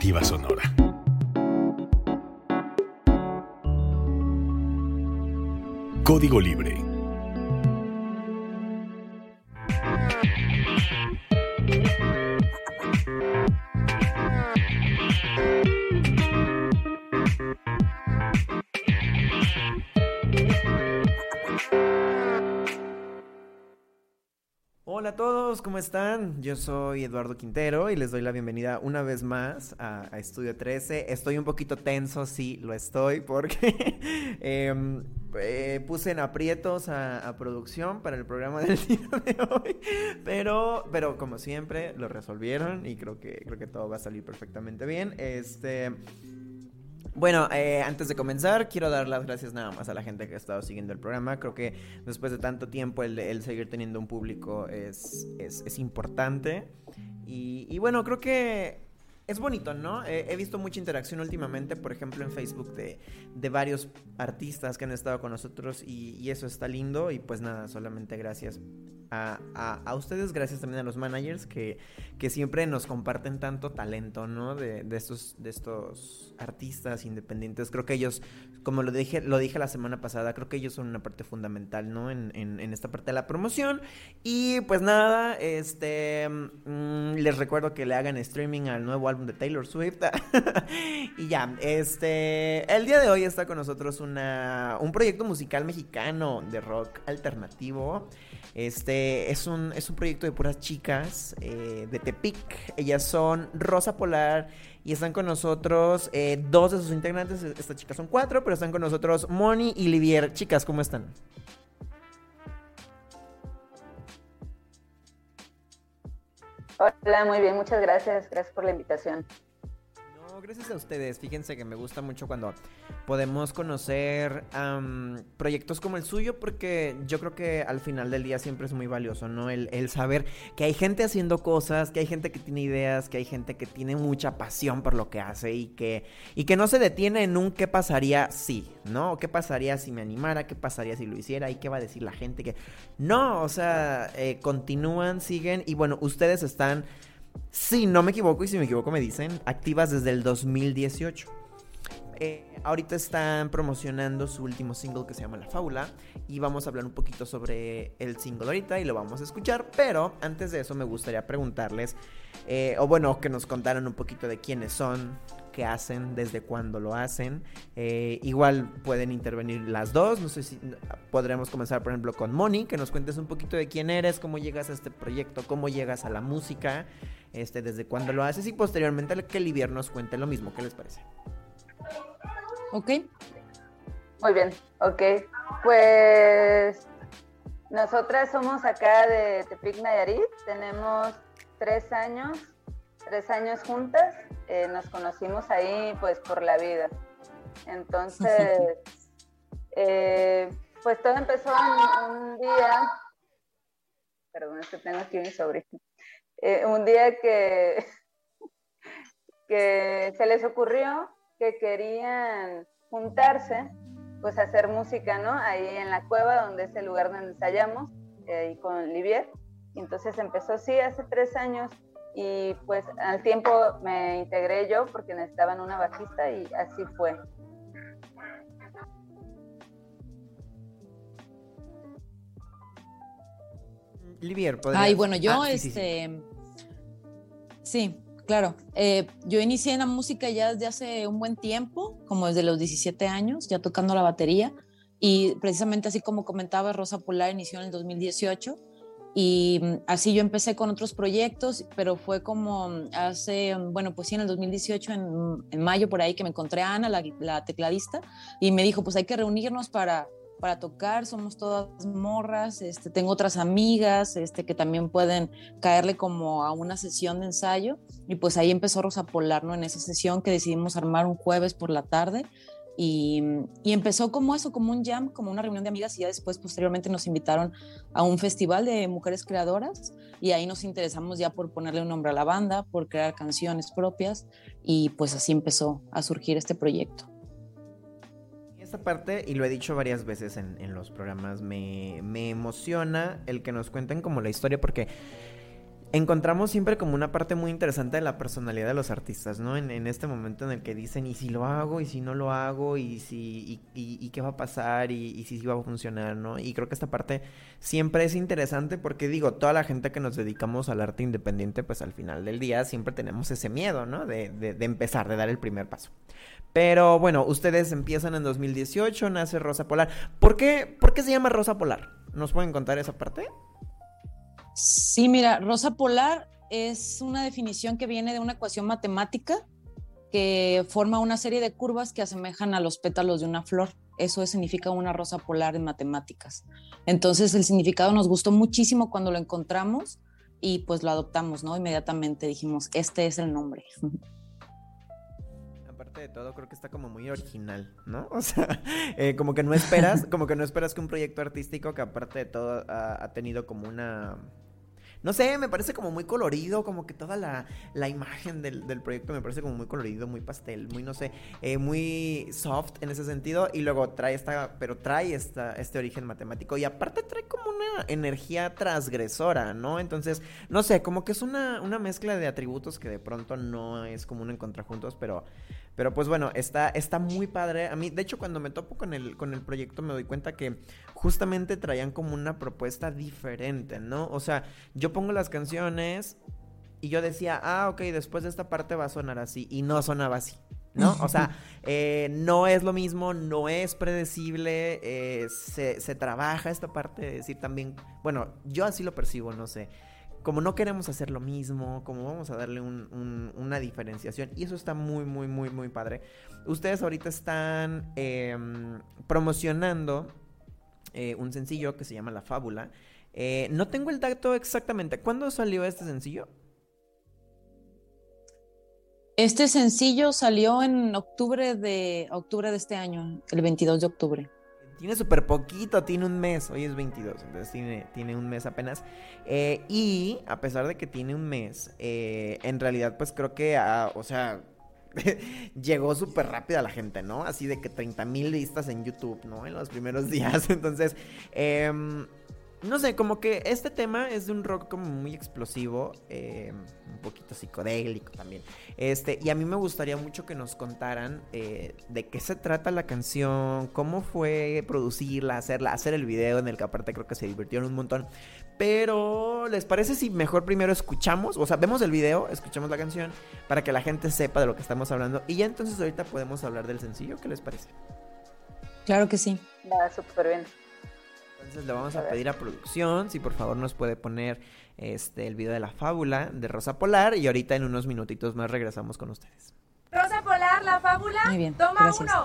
alternativa sonora. Código Libre. Hola a todos, ¿cómo están? Yo soy Eduardo Quintero y les doy la bienvenida una vez más a Estudio 13. Estoy un poquito tenso, sí, lo estoy, porque puse en aprietos a producción para el programa del día de hoy, pero como siempre lo resolvieron y creo que todo va a salir perfectamente bien. Bueno, antes de comenzar, quiero dar las gracias nada más a la gente que ha estado siguiendo el programa. Creo que después de tanto tiempo el seguir teniendo un público es importante. Y bueno, creo que es bonito, ¿no? He visto mucha interacción últimamente, por ejemplo, en Facebook de varios artistas que han estado con nosotros y eso está lindo. Y pues nada, solamente gracias a ustedes, gracias también a los managers que siempre nos comparten tanto talento, ¿no? De estos artistas independientes. Creo que ellos, como lo dije la semana pasada, creo que ellos son una parte fundamental, ¿no? En esta parte de la promoción. Y pues nada, les recuerdo que le hagan streaming al nuevo álbum de Taylor Swift. Y ya, el día de hoy está con nosotros un proyecto musical mexicano de rock alternativo. Es un proyecto de puras chicas de Tepic. Ellas son Rosa Polar y están con nosotros dos de sus integrantes. Estas chicas son 4, pero están con nosotros Moni y Livier. Chicas, ¿cómo están? Hola, muy bien, muchas gracias. Gracias por la invitación. Gracias a ustedes. Fíjense que me gusta mucho cuando podemos conocer proyectos como el suyo, porque yo creo que al final del día siempre es muy valioso, ¿no? El saber que hay gente haciendo cosas, que hay gente que tiene ideas, que hay gente que tiene mucha pasión por lo que hace y que no se detiene en un qué pasaría si, ¿no? ¿Qué pasaría si me animara? ¿Qué pasaría si lo hiciera? ¿Y qué va a decir la gente? Que no, o sea, continúan, siguen y bueno, ustedes están... Sí, no me equivoco, y si me equivoco me dicen, activas desde el 2018. Ahorita están promocionando su último single que se llama La Fábula y vamos a hablar un poquito sobre el single ahorita y lo vamos a escuchar, pero antes de eso me gustaría preguntarles, o bueno, que nos contaran un poquito de quiénes son, qué hacen, desde cuándo lo hacen. Igual pueden intervenir las dos, no sé si podremos comenzar por ejemplo con Moni, que nos cuentes un poquito de quién eres, cómo llegas a este proyecto, cómo llegas a la música, desde cuándo lo haces y posteriormente que Livier nos cuente lo mismo. ¿Qué les parece? Ok. Muy bien, ok. Pues nosotras somos acá de Tepic, Nayarit, tenemos 3 años juntas, nos conocimos ahí pues por la vida. Entonces, pues todo empezó en un día, perdón, es que tengo aquí mi sobrino, un día que se les ocurrió que querían juntarse, pues hacer música, ¿no? Ahí en la cueva, donde es el lugar donde ensayamos, ahí con Livier. Y entonces empezó, sí, hace 3 años, y pues al tiempo me integré yo porque necesitaban una bajista y así fue. Livier, ¿podrías? Ay, bueno, yo Sí, claro. Yo inicié en la música ya desde hace un buen tiempo, como desde los 17 años, ya tocando la batería. Y precisamente así como comentaba, Rosa Polar inició en el 2018. Y así yo empecé con otros proyectos, pero fue como hace, bueno, pues sí, en el 2018, en mayo por ahí, que me encontré a Ana, la tecladista, y me dijo, pues hay que reunirnos para tocar, somos todas morras, tengo otras amigas que también pueden caerle como a una sesión de ensayo, y pues ahí empezó Rosa Polar, ¿no? En esa sesión que decidimos armar un jueves por la tarde, y empezó como eso, como un jam, como una reunión de amigas, y ya después posteriormente nos invitaron a un festival de mujeres creadoras, y ahí nos interesamos ya por ponerle un nombre a la banda, por crear canciones propias, y pues así empezó a surgir este proyecto. Esta parte, y lo he dicho varias veces en los programas, me emociona el que nos cuenten como la historia, porque encontramos siempre como una parte muy interesante de la personalidad de los artistas, ¿no? En este momento en el que dicen, ¿y si lo hago? ¿Y si no lo hago? ¿Y qué va a pasar? ¿Y si sí va a funcionar? ¿No? Y creo que esta parte siempre es interesante porque, digo, toda la gente que nos dedicamos al arte independiente, pues al final del día siempre tenemos ese miedo, ¿no? De empezar, de dar el primer paso. Pero bueno, ustedes empiezan en 2018, nace Rosa Polar. ¿Por qué se llama Rosa Polar? ¿Nos pueden contar esa parte? Sí, mira, Rosa Polar es una definición que viene de una ecuación matemática que forma una serie de curvas que asemejan a los pétalos de una flor. Eso significa una rosa polar en matemáticas. Entonces el significado nos gustó muchísimo cuando lo encontramos y pues lo adoptamos, ¿no? Inmediatamente dijimos, este es el nombre. De todo, creo que está como muy original, ¿no? O sea, como que no esperas que un proyecto artístico que aparte de todo ha tenido como una... No sé, me parece como muy colorido, como que toda la imagen del proyecto me parece como muy colorido, muy pastel, muy, no sé, muy soft en ese sentido. Y luego trae este origen matemático. Y aparte trae como una energía transgresora, ¿no? Entonces, no sé, como que es una mezcla de atributos que de pronto no es común encontrar juntos, pero pues bueno, está muy padre. A mí, de hecho, cuando me topo con el proyecto me doy cuenta que justamente traían como una propuesta diferente, ¿no? O sea, yo pongo las canciones y yo decía, ok, después de esta parte va a sonar así, y no sonaba así, ¿no? O sea, no es lo mismo, no es predecible, se trabaja esta parte de decir también, bueno, yo así lo percibo, no sé, como no queremos hacer lo mismo, como vamos a darle una diferenciación, y eso está muy, muy, muy, muy padre. Ustedes ahorita están promocionando un sencillo que se llama La Fábula. No tengo el dato exactamente. ¿Cuándo salió este sencillo? Este sencillo salió en octubre de este año, el 22 de octubre. Tiene súper poquito, tiene un mes. Hoy es 22, entonces tiene un mes apenas. Y a pesar de que tiene un mes, en realidad pues creo que, o sea, llegó súper rápido a la gente, ¿no? Así de que 30,000 vistas en YouTube, ¿no? En los primeros días. Entonces, no sé, como que este tema es de un rock como muy explosivo, un poquito psicodélico también. Y a mí me gustaría mucho que nos contaran de qué se trata la canción, cómo fue producirla, hacer el video, en el que aparte creo que se divirtieron un montón. Pero, ¿les parece si mejor primero escuchamos? O sea, vemos el video, escuchamos la canción, para que la gente sepa de lo que estamos hablando. Y ya entonces ahorita podemos hablar del sencillo. ¿Qué les parece? Claro que sí. Va súper bien. Entonces le vamos a pedir a producción si por favor nos puede poner el video de La Fábula de Rosa Polar, y ahorita en unos minutitos más regresamos con ustedes. Rosa Polar, La Fábula. Muy bien, Toma gracias. 1.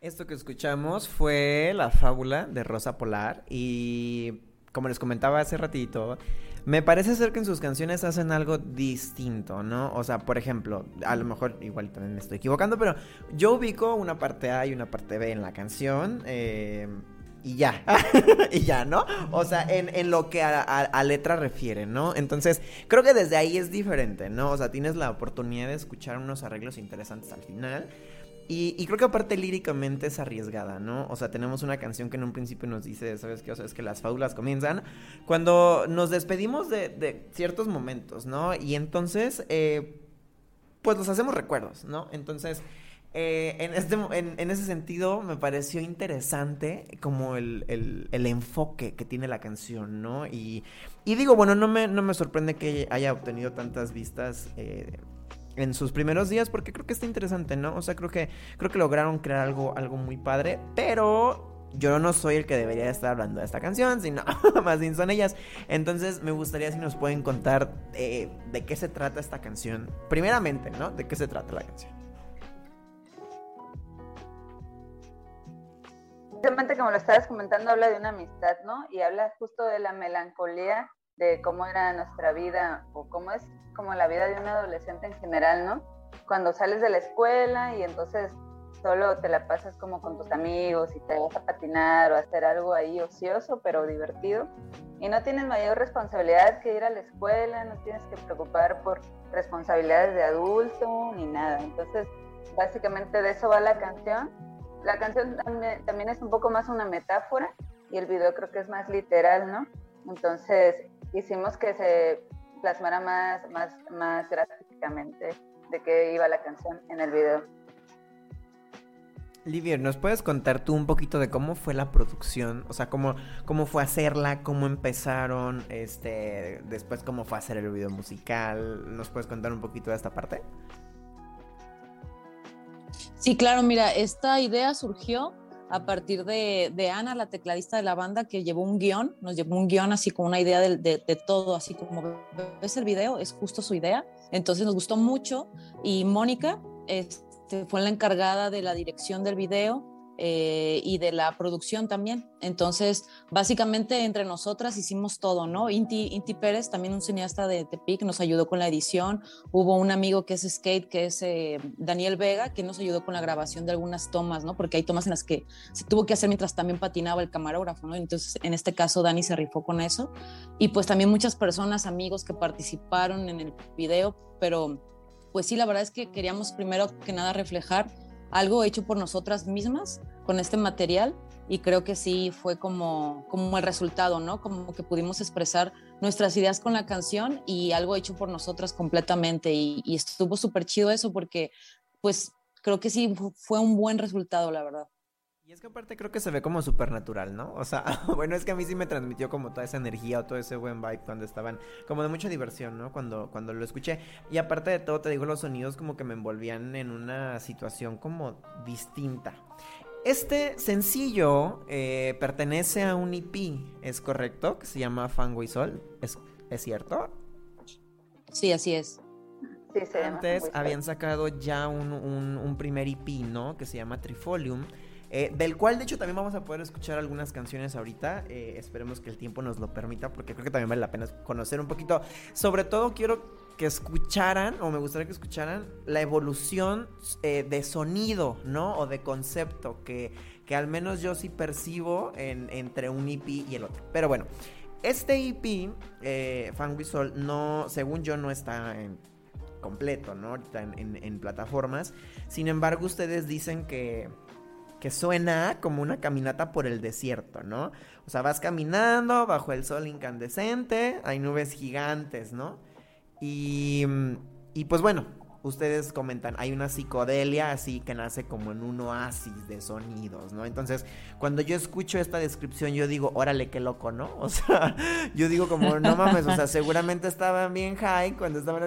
Esto que escuchamos fue La Fábula de Rosa Polar y como les comentaba hace ratito, me parece ser que en sus canciones hacen algo distinto, ¿no? O sea, por ejemplo, a lo mejor igual también me estoy equivocando, pero yo ubico una parte A y una parte B en la canción y ya, y ya, ¿no? O sea, en lo que a letra refiere, ¿no? Entonces, creo que desde ahí es diferente, ¿no? O sea, tienes la oportunidad de escuchar unos arreglos interesantes al final. Y creo que aparte líricamente es arriesgada, ¿no? O sea, tenemos una canción que en un principio nos dice, ¿sabes qué? O sea, es que las fábulas comienzan cuando nos despedimos de ciertos momentos, ¿no? Y entonces, pues los hacemos recuerdos, ¿no? Entonces, en ese sentido me pareció interesante como el enfoque que tiene la canción, ¿no? Y digo, bueno, no me sorprende que haya obtenido tantas vistas, en sus primeros días, porque creo que está interesante, ¿no? O sea, creo que lograron crear algo muy padre, pero yo no soy el que debería estar hablando de esta canción, sino más bien son ellas. Entonces me gustaría si nos pueden contar de qué se trata esta canción. Primeramente, ¿no? ¿De qué se trata la canción? Precisamente como lo estabas comentando, habla de una amistad, ¿no? Y habla justo de la melancolía de cómo era nuestra vida o cómo es como la vida de un adolescente en general, ¿no? Cuando sales de la escuela y entonces solo te la pasas como con tus amigos y te vas a patinar o a hacer algo ahí ocioso pero divertido y no tienes mayor responsabilidad que ir a la escuela, no tienes que preocupar por responsabilidades de adulto ni nada. Entonces básicamente de eso va la canción. La canción también es un poco más una metáfora y el video creo que es más literal, ¿no? Entonces hicimos que se plasmara más gráficamente de qué iba la canción en el video. Livier, ¿nos puedes contar tú un poquito de cómo fue la producción? O sea, cómo fue hacerla, cómo empezaron, después cómo fue hacer el video musical. ¿Nos puedes contar un poquito de esta parte? Sí, claro, mira, esta idea surgió a partir de Ana, la tecladista de la banda, que nos llevó un guión así con una idea de todo, así como ves el video, es justo su idea. Entonces nos gustó mucho y Mónica fue la encargada de la dirección del video y de la producción también. Entonces, básicamente entre nosotras hicimos todo, ¿no? Inti Pérez, también un cineasta de Tepic, nos ayudó con la edición. Hubo un amigo que es skate, que es Daniel Vega, que nos ayudó con la grabación de algunas tomas, ¿no? Porque hay tomas en las que se tuvo que hacer mientras también patinaba el camarógrafo, ¿no? Entonces, en este caso, Dani se rifó con eso. Y pues también muchas personas, amigos que participaron en el video, pero pues sí, la verdad es que queríamos primero que nada reflejar algo hecho por nosotras mismas con este material y creo que sí fue como el resultado, ¿no? Como que pudimos expresar nuestras ideas con la canción y algo hecho por nosotras completamente y estuvo súper chido eso porque pues creo que sí fue un buen resultado, la verdad. Y es que aparte creo que se ve como súper natural, ¿no? O sea, bueno, es que a mí sí me transmitió como toda esa energía o todo ese buen vibe cuando estaban, como de mucha diversión, ¿no? Cuando lo escuché. Y aparte de todo, te digo, los sonidos como que me envolvían en una situación como distinta. Este sencillo pertenece a un EP, ¿es correcto? Que se llama Fango y Sol, ¿es cierto? Sí, así es. Sí, antes habían sacado ya un primer EP, ¿no? Que se llama Trifolium. Del cual de hecho también vamos a poder escuchar algunas canciones ahorita, esperemos que el tiempo nos lo permita porque creo que también vale la pena conocer un poquito, sobre todo quiero que escucharan o me gustaría que escucharan la evolución de sonido, ¿no? O de concepto que al menos yo sí percibo entre un EP y el otro, pero bueno, este EP, Fango y Sol, no, según yo no está completo, ¿no? Ahorita en plataformas, sin embargo ustedes dicen que suena como una caminata por el desierto, ¿no? O sea, vas caminando bajo el sol incandescente, hay nubes gigantes, ¿no? Y pues bueno, ustedes comentan, hay una psicodelia así que nace como en un oasis de sonidos, ¿no? Entonces, cuando yo escucho esta descripción, yo digo, órale, qué loco, ¿no? O sea, yo digo como, no mames, o sea, seguramente estaban bien high cuando estaban...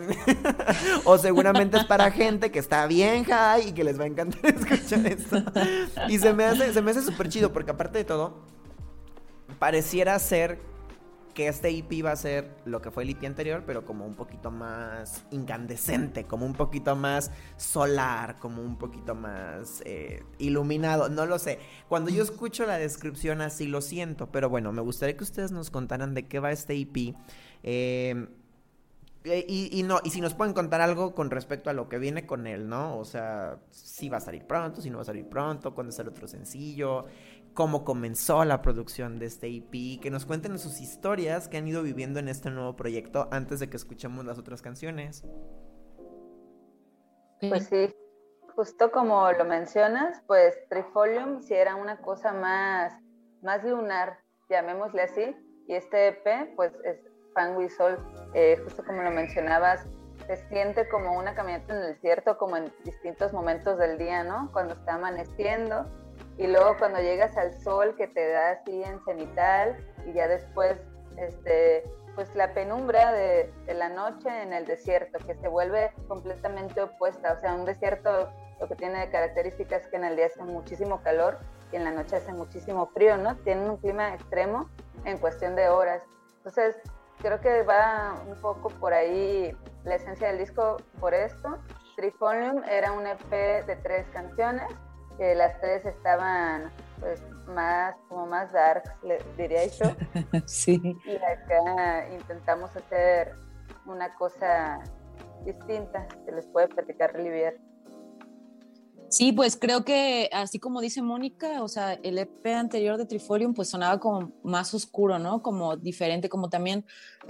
o seguramente es para gente que está bien high y que les va a encantar escuchar esto. Y se me hace súper chido, porque aparte de todo, pareciera ser que este EP va a ser lo que fue el EP anterior, pero como un poquito más incandescente, como un poquito más solar, como un poquito más iluminado, no lo sé. Cuando yo escucho la descripción así lo siento, pero bueno, me gustaría que ustedes nos contaran de qué va este EP. Y si nos pueden contar algo con respecto a lo que viene con él, ¿no? O sea, si va a salir pronto, si no va a salir pronto, cuándo sale otro sencillo, cómo comenzó la producción de este EP, que nos cuenten sus historias que han ido viviendo en este nuevo proyecto antes de que escuchemos las otras canciones. Pues sí, justo como lo mencionas, pues Trifolium sí era una cosa más lunar, llamémosle así, y este EP pues es Fanwisol, justo como lo mencionabas, se siente como una caminata en el desierto, como en distintos momentos del día, ¿no? Cuando está amaneciendo y luego cuando llegas al sol que te da así en cenital y ya después, pues la penumbra de la noche en el desierto, que se vuelve completamente opuesta. O sea, un desierto lo que tiene de características es que en el día hace muchísimo calor y en la noche hace muchísimo frío, ¿no? Tienen un clima extremo en cuestión de horas. Entonces, creo que va un poco por ahí la esencia del disco por esto. Trifolium era un EP de 3 canciones, que las 3 estaban pues más darks, diría yo. Sí. Y acá intentamos hacer una cosa distinta que les puede platicar Olivier. Sí, pues creo que así como dice Mónica, o sea, el EP anterior de Trifolium pues sonaba como más oscuro, ¿no? Como diferente, como también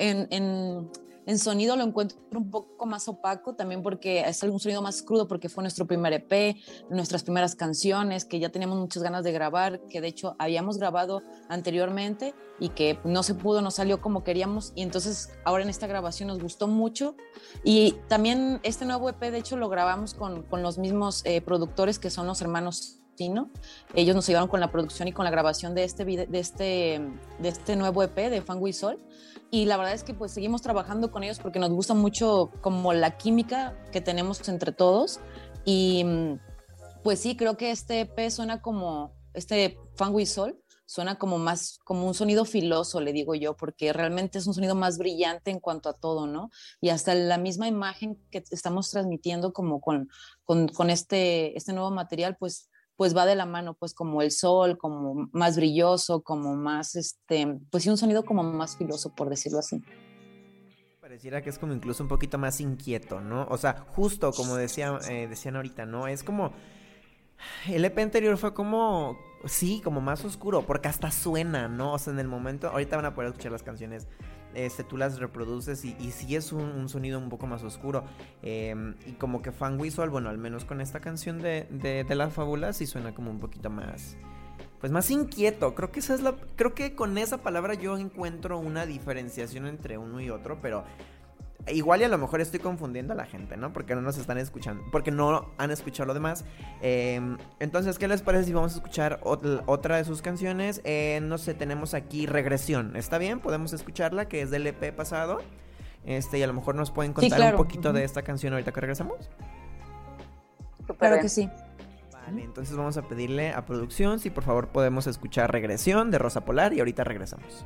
en sonido lo encuentro un poco más opaco, también porque es un sonido más crudo porque fue nuestro primer EP, nuestras primeras canciones que ya teníamos muchas ganas de grabar, que de hecho habíamos grabado anteriormente y que no se pudo, no salió como queríamos, y entonces ahora en esta grabación nos gustó mucho. Y también este nuevo EP de hecho lo grabamos con los mismos productores, que son los hermanos Tino. Ellos nos ayudaron con la producción y con la grabación de este nuevo EP de Fanwisol, y la verdad es que pues seguimos trabajando con ellos porque nos gusta mucho como la química que tenemos entre todos. Y pues sí, creo que este EP suena como, este Fanwisol suena como más, como un sonido filoso, le digo yo, porque realmente es un sonido más brillante en cuanto a todo, ¿no? Y hasta la misma imagen que estamos transmitiendo como con este nuevo material, pues va de la mano, pues como el sol, como más brilloso, como más, pues sí, un sonido como más filoso, por decirlo así. Pareciera que es como incluso un poquito más inquieto, ¿no? O sea, justo como decían ahorita, ¿no? Es como... El EP anterior fue como... Sí, como más oscuro, porque hasta suena, ¿no? O sea, en el momento... Ahorita van a poder escuchar las canciones, tú las reproduces y sí es un sonido un poco más oscuro. Y como que Fanwisol, bueno, al menos con esta canción de La Fábula, sí suena como un poquito más... Pues más inquieto. Creo que con esa palabra yo encuentro una diferenciación entre uno y otro, pero... Igual y a lo mejor estoy confundiendo a la gente, ¿no? Porque no nos están escuchando, porque no han escuchado lo demás. Entonces, ¿qué les parece si vamos a escuchar otra de sus canciones? No sé, tenemos aquí Regresión. ¿Está bien? ¿Podemos escucharla? Que es del EP pasado. Y a lo mejor nos pueden contar un poquito de esta canción ahorita que regresamos. Claro que sí. Vale, entonces vamos a pedirle a producción si por favor podemos escuchar Regresión de Rosa Polar y ahorita regresamos.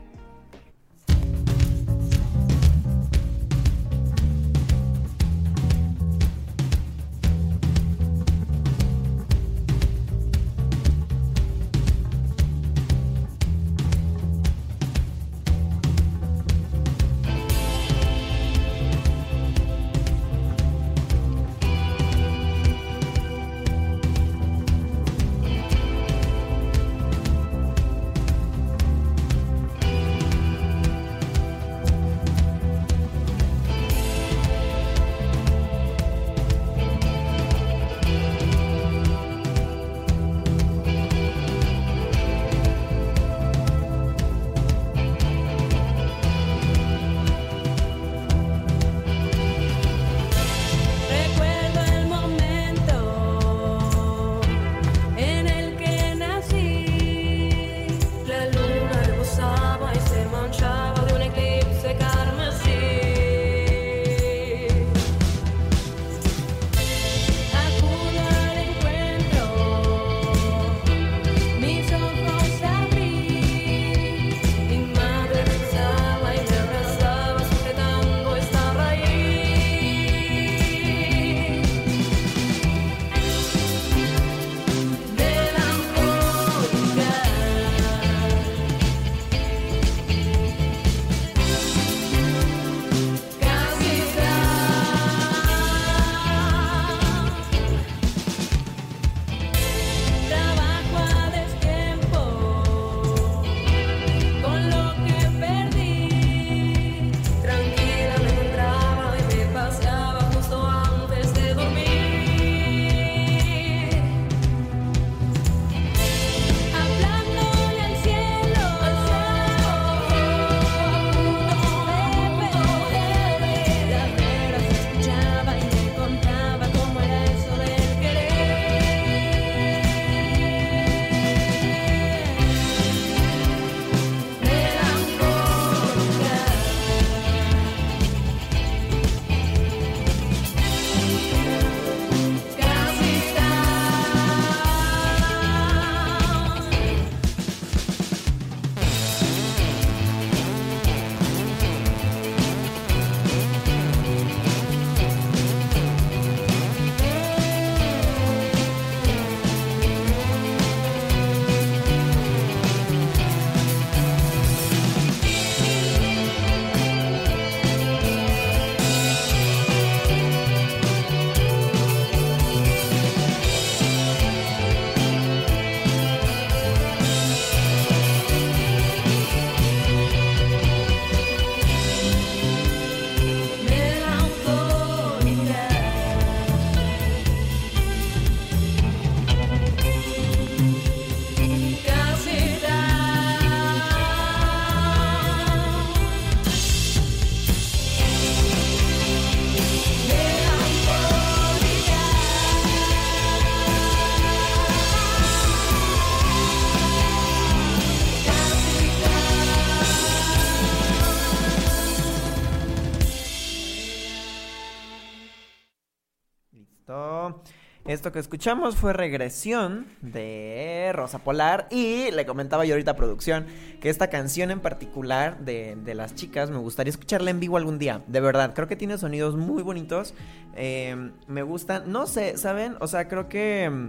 Esto que escuchamos fue Regresión de Rosa Polar. Y le comentaba yo ahorita a producción que esta canción en particular de las chicas me gustaría escucharla en vivo algún día. De verdad, creo que tiene sonidos muy bonitos. Me gustan, no sé, ¿saben? O sea, creo que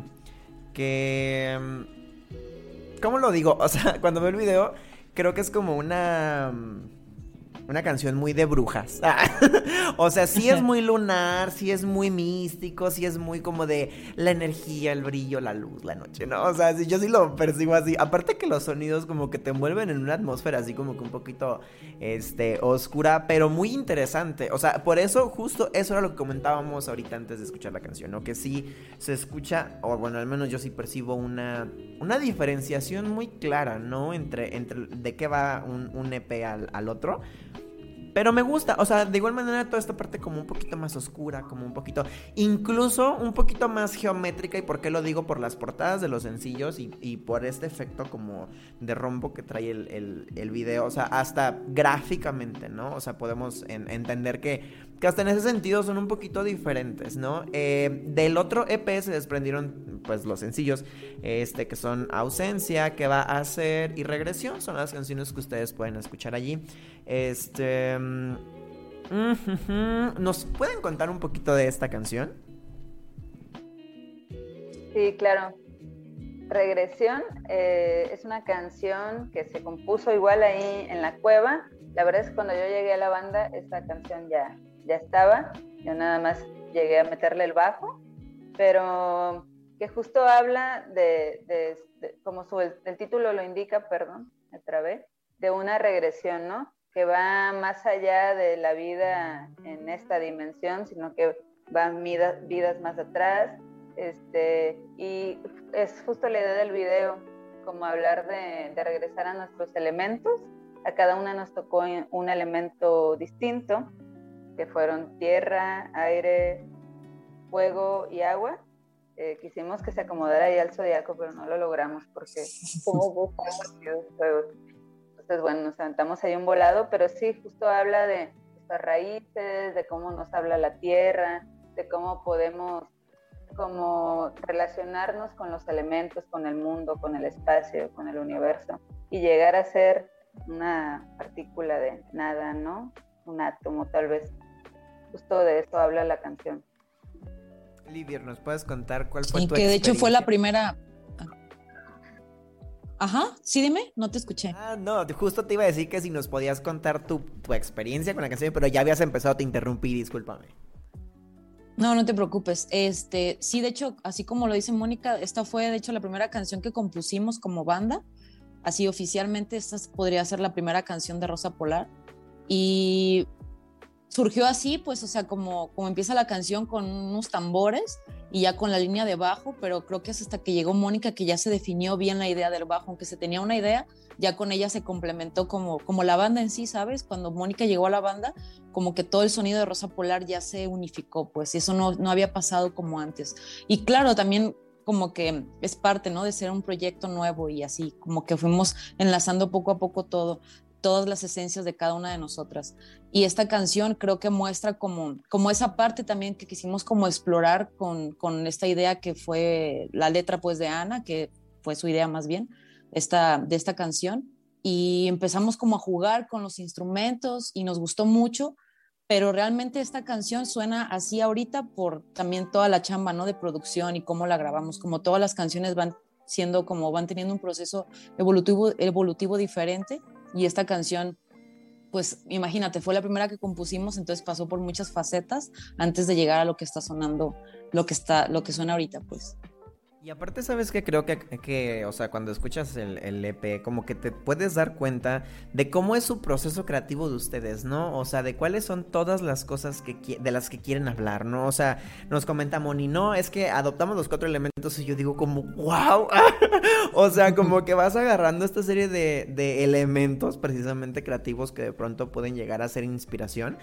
¿cómo lo digo? O sea, cuando veo el video, creo que es como una canción muy de brujas. O sea, sí es muy lunar, sí es muy místico, sí es muy como de la energía, el brillo, la luz, la noche, ¿no? O sea, sí, yo sí lo percibo así. Aparte que los sonidos como que te envuelven en una atmósfera así como que un poquito, oscura, pero muy interesante. O sea, por eso, justo eso era lo que comentábamos ahorita antes de escuchar la canción, ¿no? Que sí se escucha, o bueno, al menos yo sí percibo una diferenciación muy clara, ¿no? Entre de qué va un EP al otro. Pero me gusta, o sea, de igual manera toda esta parte como un poquito más oscura, como un poquito, incluso un poquito más geométrica. ¿Y por qué lo digo? Por las portadas de los sencillos y por este efecto como de rombo que trae el video. O sea, hasta gráficamente, ¿no? O sea, podemos entender que hasta en ese sentido son un poquito diferentes, ¿no? Del otro EP se desprendieron pues los sencillos, que son Ausencia, ¿Qué va a hacer? Y Regresión. Son las canciones que ustedes pueden escuchar allí. ¿Nos pueden contar un poquito de esta canción? Sí, claro. Regresión es una canción que se compuso igual ahí en la cueva. La verdad es que cuando yo llegué a la banda, esta canción ya estaba. Yo nada más llegué a meterle el bajo, pero que justo habla de como el título lo indica, perdón, me trabé, de una regresión, ¿no? Que va más allá de la vida en esta dimensión, sino que van vidas más atrás. Y es justo la idea del video, como hablar de regresar a nuestros elementos. A cada una nos tocó un elemento distinto, que fueron tierra, aire, fuego y agua. Quisimos que se acomodara ahí al zodiaco, pero no lo logramos porque como buscamos los juegos. Entonces, bueno, nos aventamos ahí un volado, pero sí, justo habla de nuestras raíces, de cómo nos habla la tierra, de cómo podemos como relacionarnos con los elementos, con el mundo, con el espacio, con el universo, y llegar a ser una partícula de nada, ¿no? Un átomo, tal vez. Justo de eso habla la canción. Livier, ¿nos puedes contar cuál fue tu que de hecho fue la experiencia? primera. Ajá, sí, dime, no te escuché. No, justo te iba a decir que si nos podías contar tu experiencia con la canción, pero ya habías empezado, te interrumpí, discúlpame. No te preocupes. Sí, de hecho, así como lo dice Mónica, esta fue de hecho la primera canción que compusimos como banda. Así oficialmente esta podría ser la primera canción de Rosa Polar. Y surgió así, pues, o sea, como empieza la canción con unos tambores y ya con la línea de bajo, pero creo que es hasta que llegó Mónica que ya se definió bien la idea del bajo, aunque se tenía una idea, ya con ella se complementó como la banda en sí, ¿sabes? Cuando Mónica llegó a la banda, como que todo el sonido de Rosa Polar ya se unificó, pues, y eso no había pasado como antes. Y claro, también como que es parte, ¿no? De ser un proyecto nuevo y así, como que fuimos enlazando poco a poco todas las esencias de cada una de nosotras. Y esta canción creo que muestra como esa parte también que quisimos como explorar con esta idea que fue la letra pues de Ana, que fue su idea más bien, de esta canción. Y empezamos como a jugar con los instrumentos y nos gustó mucho, pero realmente esta canción suena así ahorita por también toda la chamba, ¿no? De producción y cómo la grabamos, como todas las canciones van teniendo un proceso evolutivo diferente. Y esta canción, pues imagínate, fue la primera que compusimos, entonces pasó por muchas facetas antes de llegar a lo que está sonando, lo que suena ahorita, pues. Y aparte, ¿sabes qué? Creo que o sea, cuando escuchas el EP, como que te puedes dar cuenta de cómo es su proceso creativo de ustedes, ¿no? O sea, de cuáles son todas las cosas de las que quieren hablar, ¿no? O sea, nos comenta Moni, no, es que adoptamos los 4 elementos y yo digo como, ¡wow! O sea, como que vas agarrando esta serie de elementos precisamente creativos que de pronto pueden llegar a ser inspiración.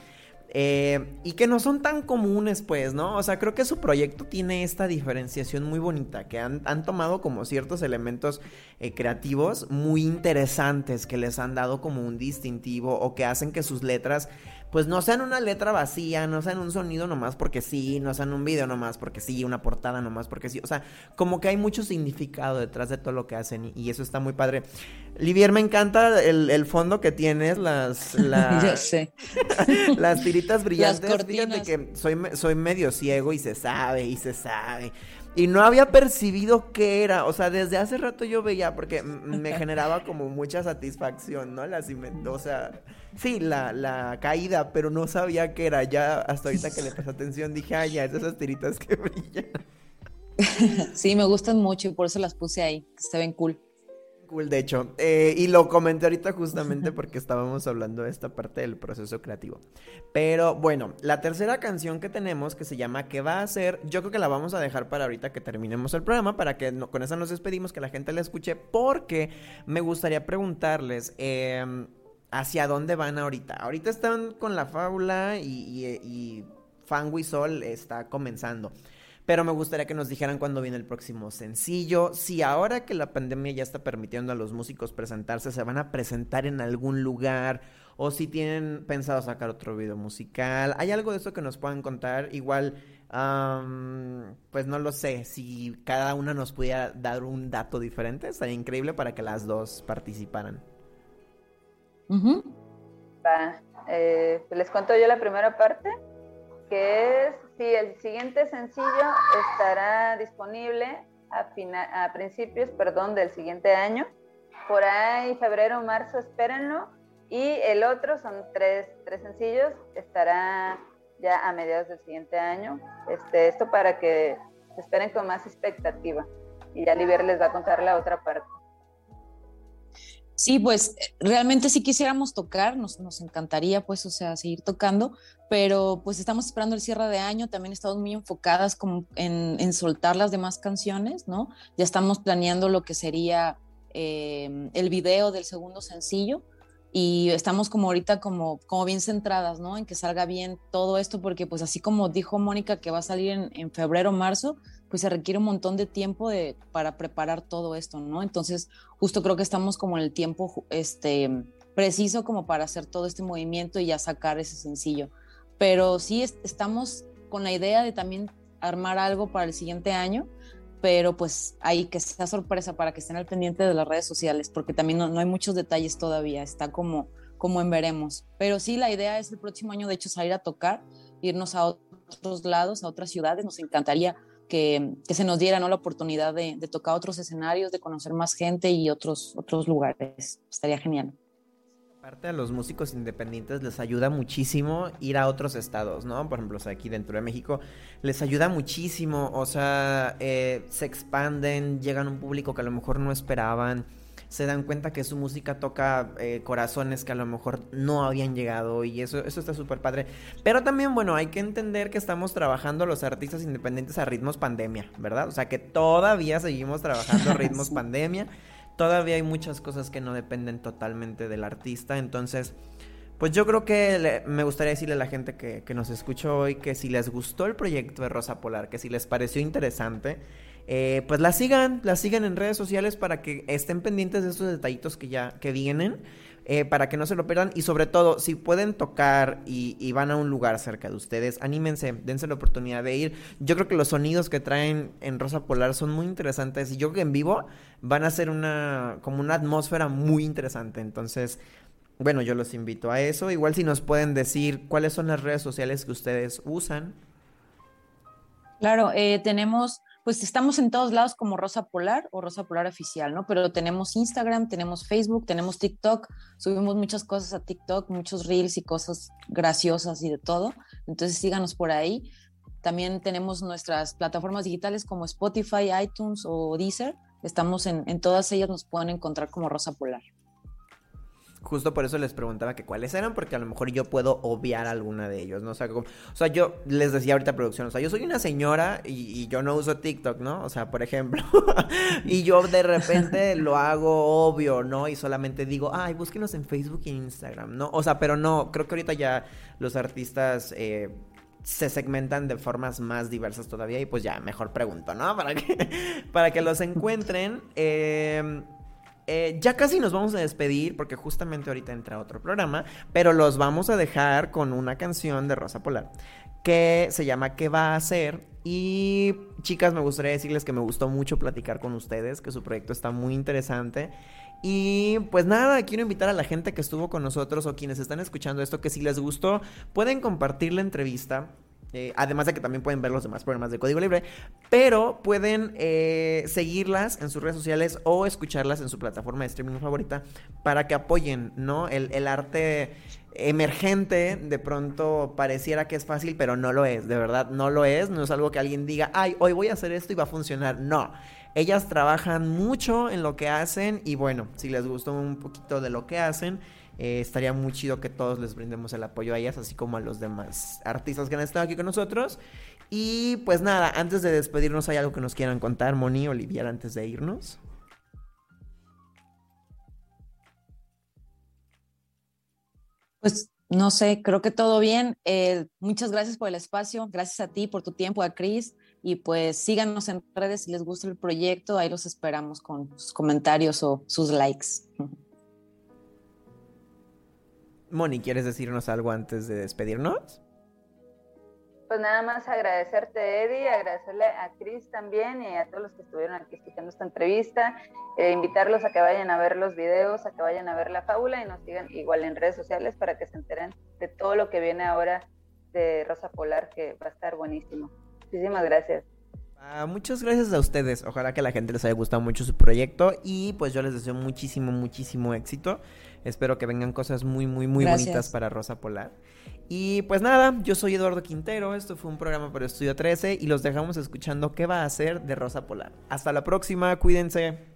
Y que no son tan comunes, pues, ¿no? O sea, creo que su proyecto tiene esta diferenciación muy bonita, que han tomado como ciertos elementos creativos muy interesantes, que les han dado como un distintivo, o que hacen que sus letras pues no sean una letra vacía, no sean un sonido nomás porque sí, no sean un video nomás porque sí, una portada nomás porque sí. O sea, como que hay mucho significado detrás de todo lo que hacen y eso está muy padre. Livier, me encanta el fondo que tienes, Ya sé. las tiritas brillantes. Las cortinas. Fíjate que soy medio ciego y se sabe. Y no había percibido qué era, o sea, desde hace rato yo veía, porque me generaba como mucha satisfacción, ¿no? O sea, sí, la caída, pero no sabía qué era, ya hasta ahorita que le presté atención dije, ah, ya, es de esas tiritas que brillan. Sí, me gustan mucho y por eso las puse ahí, que se ven cool. Cool, de hecho, y lo comenté ahorita justamente porque estábamos hablando de esta parte del proceso creativo. Pero bueno, la tercera canción que tenemos, que se llama ¿Qué va a hacer? Yo creo que la vamos a dejar para ahorita que terminemos el programa, para que con esa nos despedimos, que la gente la escuche, porque me gustaría preguntarles hacia dónde van ahorita. Ahorita están con La Fábula y Fanwisol está comenzando. Pero me gustaría que nos dijeran cuándo viene el próximo sencillo. Si ahora que la pandemia ya está permitiendo a los músicos presentarse, se van a presentar en algún lugar. O si tienen pensado sacar otro video musical. ¿Hay algo de eso que nos puedan contar? Igual, pues no lo sé. Si cada una nos pudiera dar un dato diferente, estaría increíble para que las dos participaran. Uh-huh. Les cuento yo la primera parte, que es, sí, el siguiente sencillo estará disponible a principios del siguiente año, por ahí febrero, marzo, espérenlo, y el otro son tres sencillos, estará ya a mediados del siguiente año, esto para que se esperen con más expectativa, y ya Liber les va a contar la otra parte. Sí, pues realmente sí quisiéramos tocar, nos encantaría pues, o sea, seguir tocando, pero pues estamos esperando el cierre de año, también estamos muy enfocadas como en soltar las demás canciones, ¿no? Ya estamos planeando lo que sería el video del segundo sencillo y estamos como ahorita como bien centradas, ¿no? En que salga bien todo esto, porque pues así como dijo Mónica que va a salir en febrero, marzo, pues se requiere un montón de tiempo para preparar todo esto, ¿no? Entonces, justo creo que estamos como en el tiempo preciso como para hacer todo este movimiento y ya sacar ese sencillo. Pero sí estamos con la idea de también armar algo para el siguiente año, pero pues ahí que sea sorpresa para que estén al pendiente de las redes sociales, porque también no hay muchos detalles todavía, está como en veremos. Pero sí, la idea es el próximo año, de hecho, salir a tocar, irnos a otros lados, a otras ciudades. Nos encantaría que se nos diera, ¿no?, la oportunidad de tocar otros escenarios, de conocer más gente y otros lugares. Estaría genial. Aparte, a los músicos independientes les ayuda muchísimo ir a otros estados, ¿no? Por ejemplo, o sea, aquí dentro de México les ayuda muchísimo, o sea, se expanden, llegan a un público que a lo mejor no esperaban, se dan cuenta que su música toca corazones que a lo mejor no habían llegado, y eso está súper padre. Pero también, bueno, hay que entender que estamos trabajando los artistas independientes a ritmos pandemia, ¿verdad? O sea, que todavía seguimos trabajando a ritmos Sí. pandemia. Todavía hay muchas cosas que no dependen totalmente del artista, entonces, pues yo creo que me gustaría decirle a la gente que nos escuchó hoy que si les gustó el proyecto de Rosa Polar, que si les pareció interesante, pues la sigan en redes sociales para que estén pendientes de estos detallitos que vienen, para que no se lo pierdan, y sobre todo, si pueden tocar y van a un lugar cerca de ustedes, anímense, dense la oportunidad de ir. Yo creo que los sonidos que traen en Rosa Polar son muy interesantes, y yo creo que en vivo van a ser como una atmósfera muy interesante. Entonces, bueno, yo los invito a eso. Igual si nos pueden decir cuáles son las redes sociales que ustedes usan. Claro, pues estamos en todos lados como Rosa Polar o Rosa Polar Oficial, ¿no? Pero tenemos Instagram, tenemos Facebook, tenemos TikTok, subimos muchas cosas a TikTok, muchos reels y cosas graciosas y de todo, entonces síganos por ahí. También tenemos nuestras plataformas digitales como Spotify, iTunes o Deezer, estamos en todas ellas, nos pueden encontrar como Rosa Polar. Justo por eso les preguntaba que cuáles eran, porque a lo mejor yo puedo obviar alguna de ellos, ¿no? O sea, yo les decía ahorita, producción, o sea, yo soy una señora y yo no uso TikTok, ¿no? O sea, por ejemplo, y yo de repente lo hago obvio, ¿no? Y solamente digo, ay, búsquenos en Facebook y en Instagram, ¿no? O sea, pero no, creo que ahorita ya los artistas se segmentan de formas más diversas todavía, y pues ya, mejor pregunto, ¿no? Para que los encuentren. Ya casi nos vamos a despedir porque justamente ahorita entra otro programa, pero los vamos a dejar con una canción de Rosa Polar que se llama ¿Qué va a hacer? Y chicas, me gustaría decirles que me gustó mucho platicar con ustedes, que su proyecto está muy interesante. Y pues nada, quiero invitar a la gente que estuvo con nosotros o quienes están escuchando esto, que si les gustó, pueden compartir la entrevista. Además de que también pueden ver los demás programas de Código Libre, pero pueden seguirlas en sus redes sociales o escucharlas en su plataforma de streaming favorita para que apoyen, ¿no? El arte emergente. De pronto pareciera que es fácil, pero no lo es, de verdad no lo es. No es algo que alguien diga, ay, hoy voy a hacer esto y va a funcionar. No, ellas trabajan mucho en lo que hacen y bueno, si les gustó un poquito de lo que hacen, estaría muy chido que todos les brindemos el apoyo a ellas, así como a los demás artistas que han estado aquí con nosotros. Y pues nada, antes de despedirnos, ¿hay algo que nos quieran contar, Moni, Olivier, antes de irnos? Pues no sé, creo que todo bien. Muchas gracias por el espacio, gracias a ti por tu tiempo, a Cris, y pues síganos en redes si les gusta el proyecto, ahí los esperamos con sus comentarios o sus likes. Moni, ¿quieres decirnos algo antes de despedirnos? Pues nada más agradecerte, Eddie, agradecerle a Cris también y a todos los que estuvieron aquí escuchando esta entrevista, invitarlos a que vayan a ver los videos, a que vayan a ver la fábula y nos sigan igual en redes sociales para que se enteren de todo lo que viene ahora de Rosa Polar, que va a estar buenísimo. Muchísimas gracias. Muchas gracias a ustedes, ojalá que a la gente les haya gustado mucho su proyecto y pues yo les deseo muchísimo éxito. Espero que vengan cosas muy bonitas para Rosa Polar. Y pues nada, yo soy Eduardo Quintero, esto fue un programa para Estudio 13 y los dejamos escuchando ¿Qué va a hacer? De Rosa Polar. Hasta la próxima, cuídense.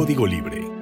Código Libre.